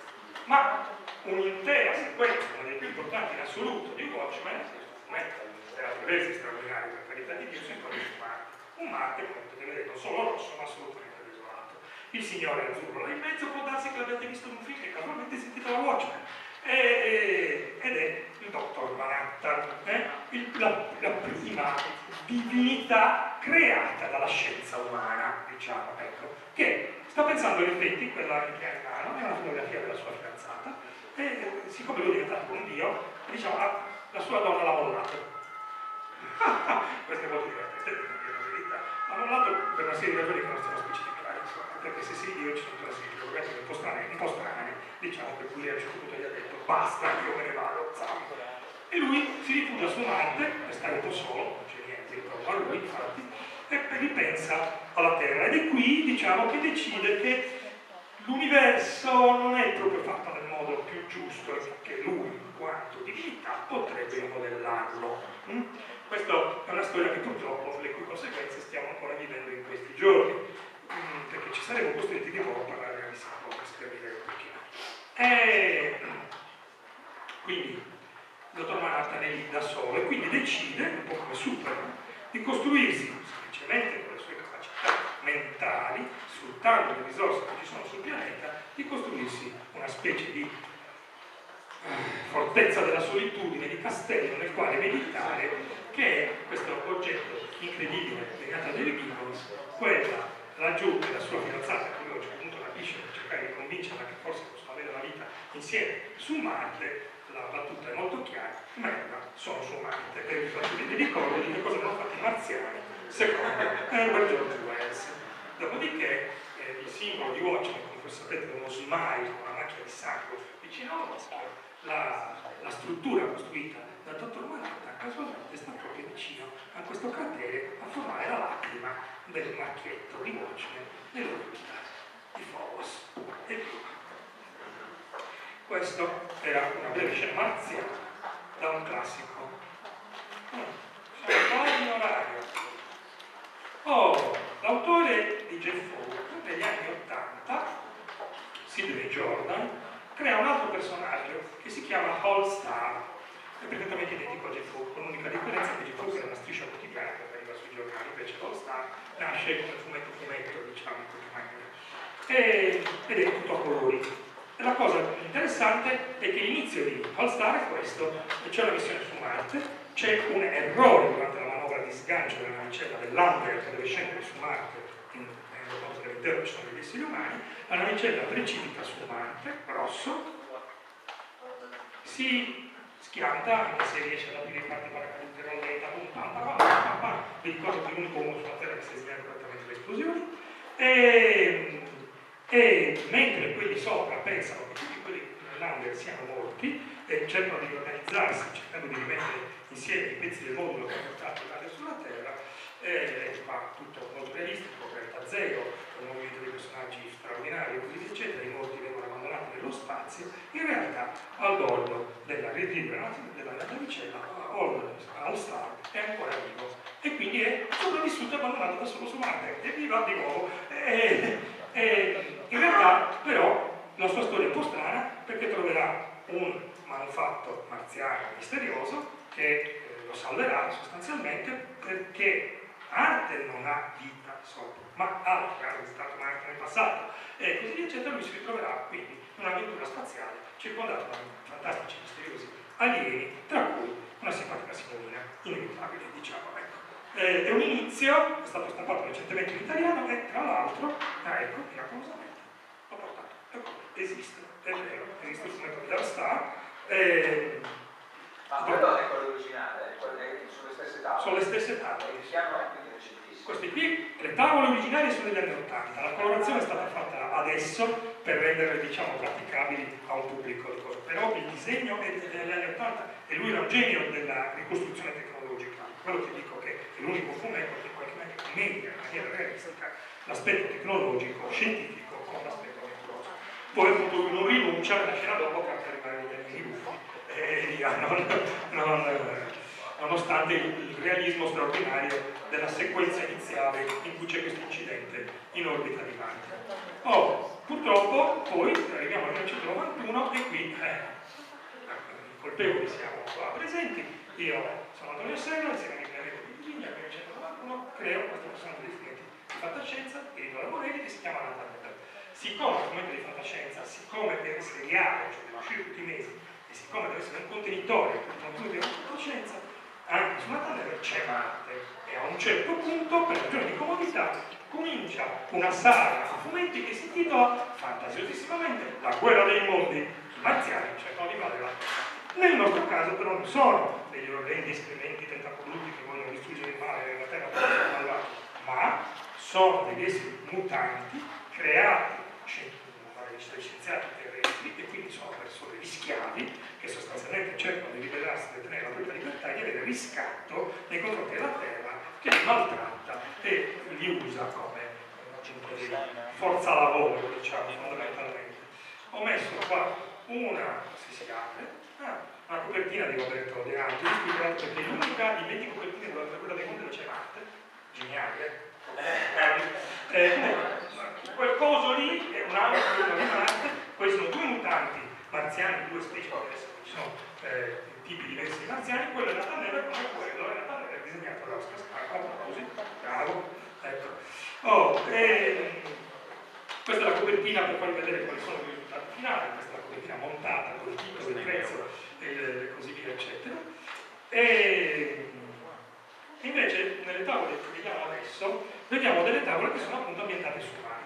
ma un'intera sequenza, una delle più importanti in assoluto di Watchmen, era diversi straordinari per carità di Dio, si incontra su Marte. Un Marte, come potete vedere, non solo rosso, ma assolutamente desolato. Il signore azzurro là in mezzo può darsi che l'abbiate visto in un film che casualmente si intitola Watchmen. E, e, ed è il dottor Manhattan, eh? il, la, la prima divinità creata dalla scienza umana, diciamo, ecco, che sta pensando in effetti, quella che ha in mano, è una fotografia della sua fidanzata, e siccome lui è diventato un dio, diciamo, la, la sua donna l'ha mollato. Questo è molto divertente, devo dire la verità. L'ha mollato per una serie di ragioni che non stiamo specificare, perché se si dio ci sono tutta una serie di problemi un po' strani, un po' strani, diciamo, per cui a un certo punto gli ha detto basta, io me ne vado, zampo. E lui si rifugia su Marte per stare un po' solo, non c'è niente intorno a lui, infatti, e ripensa alla Terra. Ed è qui, diciamo, che decide che l'universo non è proprio fatto nel modo più giusto e che lui, in quanto divinità, potrebbe modellarlo. Mm? Questa è una storia che purtroppo, le cui conseguenze stiamo ancora vivendo in questi giorni, mm, perché ci saremo costretti di nuovo a parlare di Socrate per vedere perché. E quindi il dottor Manhattan è lì da solo e quindi decide, un po' come Superman, di costruirsi semplicemente con le sue capacità mentali, sfruttando le risorse che ci sono sul pianeta, di costruirsi una specie di fortezza della solitudine, di castello nel quale meditare, che è questo oggetto incredibile legato a David Gibbons, quella laggiù della sua fidanzata, che lui a un certo punto rapisce per cercare di convincerla che forse possono avere la vita insieme su Marte. La battuta è molto chiara, merda, sono su Marte, e vi ricordo di che cosa hanno fatto i marziani, secondo Herbert George Wells. Dopodiché eh, il simbolo di Watchmen, come voi sapete, è uno smile con una macchia di sangue vicino all'occhio. La, la struttura costruita dal dottor Manhattan casualmente sta proprio vicino a questo cratere a formare la lacrima del macchietto di Watchmen nell'orbita di Phobos e via. Questo era una breve scena marziana da un classico. Mm, siamo quasi in orario. Oh, l'autore di Jeff Falk negli anni ottanta, Sidney Jordan, crea un altro personaggio che si chiama All Star, è perfettamente identico a Jeff Falk, con l'unica differenza che Jeff Falk era una striscia quotidiana che arriva sui giornali, invece All Star nasce come fumetto fumetto, diciamo, in qualche maniera. E, ed è tutto a colori. E la cosa interessante è che l'inizio di All Star è questo: c'è una missione su Marte, c'è un errore durante la manovra di sgancio della navicella dell'Under che deve scendere su Marte, tenendo conto che all'interno ci sono degli esseri umani. La navicella precipita su Marte, rosso, si schianta, anche se riesce ad aprire i parti paracadute rolletta, pum pam pam pam pam, vi ricordo che è l'unico uomo sulla Terra che si sveglia correttamente l'esplosione, e, e mentre quelli sopra pensano che tutti quelli nell'Under siano morti, e cercano di organizzarsi, cercando di rimettere insieme i pezzi del modulo che ha portato l'Italia sulla Terra, e fa tutto molto realistico, Gravità Zero, un movimento di personaggi straordinari e così via, eccetera, i morti vengono abbandonati nello spazio, in realtà al bordo della retribua della navicella, All Star è ancora vivo e quindi è sopravvissuto e abbandonato da solo su Marte e viva di nuovo. E, e, in realtà però la sua storia è un po' strana perché troverà un manufatto marziano misterioso che eh, lo salverà sostanzialmente perché Marte non ha vita sopra, ma altri hanno visitato Marte nel passato e così via eccetera. Lui si ritroverà quindi in un'avventura spaziale circondato da fantastici misteriosi alieni, tra cui una simpatica signorina inevitabile, diciamo, ecco. Eh, è un inizio, è stato stampato recentemente in italiano e tra l'altro, ah, ecco, miracolosamente l'ho portato, ecco, esiste, è vero, esiste il fumetto di Dark Star. Eh, Ma quello è quello originale, quello è sulle stesse tavole. sono le stesse tavole. Il piano è quindi recentissimo. Queste qui, le tavole originali sono degli anni ottanta, la colorazione è stata fatta adesso per renderle, diciamo, praticabili a un pubblico di cose. Però il disegno è degli anni ottanta e lui era un genio della ricostruzione tecnologica. Quello che dico che è l'unico fumetto che in qualche maniera media, in maniera realistica, l'aspetto tecnologico, scientifico con l'aspetto tecnologico. Poi appunto lui non rinuncia alla scena dopo che anche arrivare negli anni buffi e via, non, non, nonostante il realismo straordinario della sequenza iniziale in cui c'è questo incidente in orbita di Marte. Oh, purtroppo poi arriviamo al millenovecentonovantuno e qui eh, i colpevoli siamo qua presenti. Io sono Antonio Serra, insieme a Enrico di Vigna, nel millenovecentonovantuno creo questo personaggio di fumetti di fantascienza e di Nora Morelli che si chiama Nathaniel. Siccome il fumetto di fantascienza, siccome è seriale, cioè deve uscire tutti i mesi, e siccome deve essere un contenitore per il contenuto di fantascienza, anche su Nathaniel c'è Marte e a un certo punto, per ragioni di comodità, comincia una saga a fumetti che si intitola fantasiosissimamente La guerra dei mondi. I marziani cercano di invadere la Terra. Nel nostro caso però non sono degli orrendi escrementi tentacoluti che vogliono distruggere il mare della Terra per essere malvati, ma sono degli esseri mutanti creati dagli scienziati terrestri e quindi sono persone, gli schiavi, che sostanzialmente cercano di liberarsi, di ottenere la propria libertà e di avere riscatto nei confronti della Terra che li maltratta e li usa come appunto, forza lavoro, diciamo, fondamentalmente. Ho messo qua una, se si apre, ah, una copertina di Roberto De Angelis, perché è l'unica di venti copertine della quella dei mondi dove c'è Marte, geniale, eh? Eh, quel coso lì è un altro quello di Marte. Questi sono due mutanti marziani, due specie diverse, ci sono eh, tipi diversi di marziani. Quello è Nathaniel come quello, è Nathaniel disegnato da Oscar Scarpa, così, bravo, ecco. Oh, e, questa è la copertina per farvi vedere quali sono i risultati finali, questa è la copertina montata con il titolo, il prezzo e così via, eccetera. E invece nelle tavole che vediamo adesso, vediamo delle tavole che sono appunto ambientate su Marte.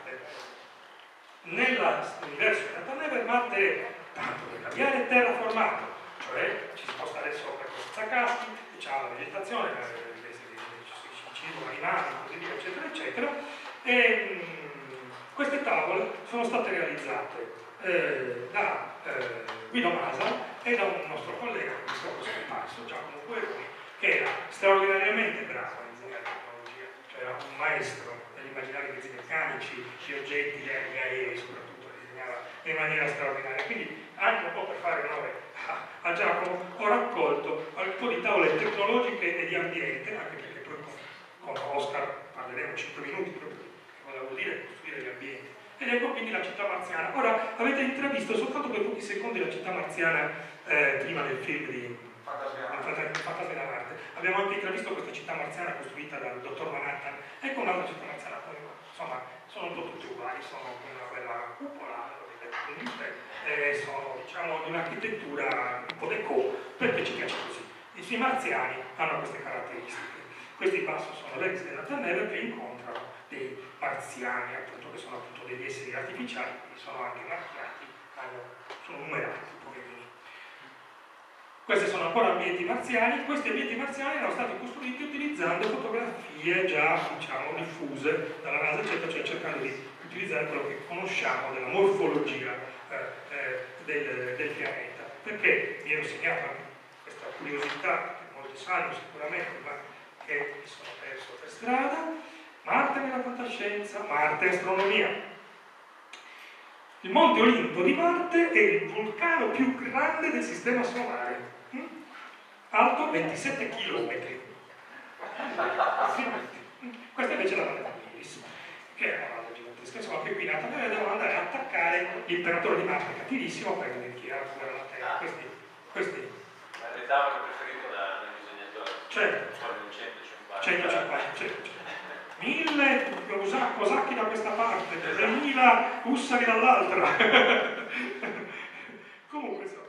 Nell'universo di Nathaniel Marte è tanto per cambiare terraformato, cioè ci si può stare sopra con zacaschi, c'è la vegetazione, ci cibo, animali, così via, eccetera, eccetera. E mh, queste tavole sono state realizzate eh, da eh, Guido Masa e da un nostro collega che è stato scomparso, Giacomo Guerroni, che era straordinariamente bravo a disegnare tecnologia, cioè era un maestro degli immaginari mezzi meccanici, di oggetti, gli aerei soprattutto, li disegnava in maniera straordinaria. Quindi anche un po' per fare onore a, a Giacomo ho raccolto un po' di tavole tecnologiche e di ambiente, anche perché poi con, con Oscar parleremo cinque minuti proprio di cosa vuol dire costruire gli ambienti. Ed ecco quindi la città marziana. Ora avete intravisto soltanto per pochi secondi la città marziana eh, prima del film di Fantasmi da Marte. Abbiamo anche intravisto questa città marziana costruita dal dottor Manhattan. Ecco un'altra città marziana, insomma, sono un po' tutte uguali, sono con una bella cupola, eh, sono diciamo di un'architettura un po' déco, perché ci piace così. I suoi marziani hanno queste caratteristiche. Questi in basso sono l'ex di Nathaniel che incontrano dei marziani, appunto, che sono appunto degli esseri artificiali, quindi sono anche marchiati, hanno, sono numerati. Questi sono ancora ambienti marziani. Questi ambienti marziani erano stati costruiti utilizzando fotografie già, diciamo, diffuse dalla NASA, eccetera, cioè cercando di utilizzare quello che conosciamo della morfologia eh, eh, del, del pianeta. perché mi ero segnato anche questa curiosità, che molti sanno sicuramente, ma che mi sono perso per strada. Marte nella fantascienza, Marte e astronomia. Il Monte Olimpo di Marte è il vulcano più grande del sistema solare, hm? Alto ventisette chilometri. Questa invece è la Valle d'Iris, che è una valle gigantesca, insomma, che qui in alta noi devono andare a attaccare l'imperatore di Marte, cattivissimo, per iniziare a curare la Terra. Questi, questi. La metafora preferita da, da disegnatore. Certo. centocinquanta. centocinquanta, certo. Mille cosacchi da questa parte, tremila ussari dall'altra. Comunque, insomma.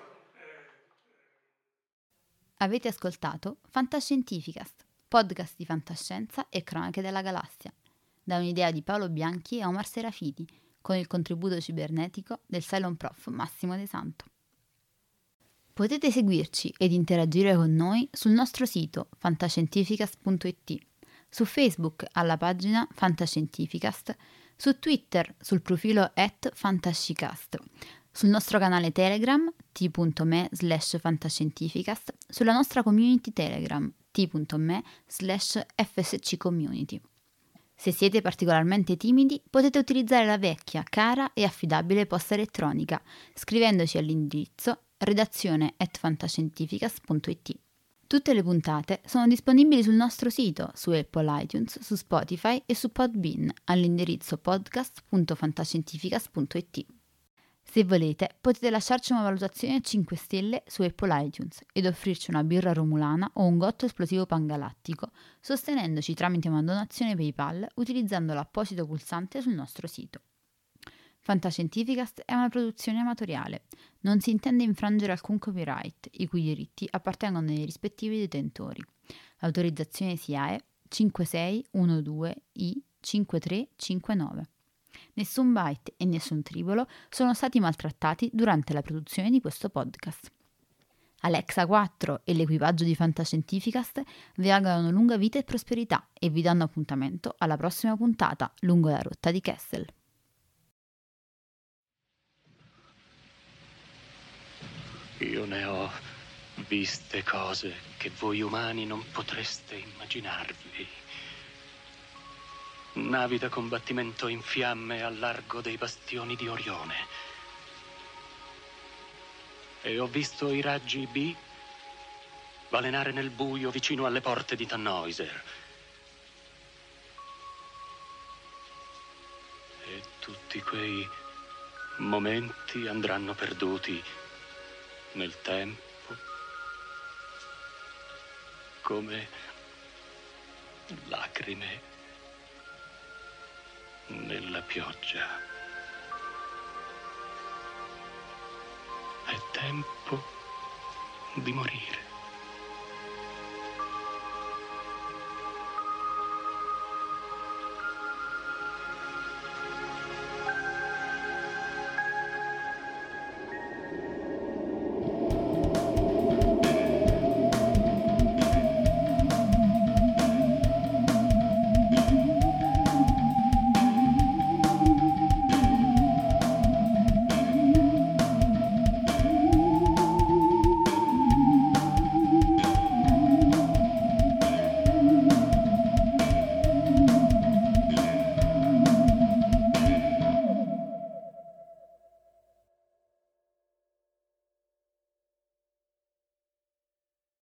Avete ascoltato Fantascientificast, podcast di fantascienza e cronache della galassia, da un'idea di Paolo Bianchi e Omar Serafiti, con il contributo cibernetico del Cylon Prof Massimo De Santo. Potete seguirci ed interagire con noi sul nostro sito fantascientificast punto it, su Facebook alla pagina Fantascientificast, su Twitter sul profilo at fantascicast, sul nostro canale Telegram t.me slash fantascientificast, sulla nostra community Telegram t.me slash fsccommunity. Se siete particolarmente timidi, potete utilizzare la vecchia, cara e affidabile posta elettronica, scrivendoci all'indirizzo redazione at fantascientificast punto it. Tutte le puntate sono disponibili sul nostro sito, su Apple iTunes, su Spotify e su Podbean, all'indirizzo podcast punto fantascientificast punto it. Se volete, potete lasciarci una valutazione a cinque stelle su Apple iTunes ed offrirci una birra romulana o un gotto esplosivo pangalattico, sostenendoci tramite una donazione PayPal utilizzando l'apposito pulsante sul nostro sito. Fantascientificast è una produzione amatoriale, non si intende infrangere alcun copyright, i cui diritti appartengono ai rispettivi detentori. L'autorizzazione S I A E cinque sei uno due I cinque tre cinque nove. Nessun byte e nessun tribolo sono stati maltrattati durante la produzione di questo podcast. Alexa quattro e l'equipaggio di Fantascientificast vi augurano lunga vita e prosperità e vi danno appuntamento alla prossima puntata lungo la rotta di Kessel. Io ne ho viste cose che voi umani non potreste immaginarvi. Navi da combattimento in fiamme al largo dei bastioni di Orione. E ho visto i raggi B balenare nel buio vicino alle porte di Tannhäuser. E tutti quei momenti andranno perduti nel tempo, come lacrime nella pioggia. È tempo di morire.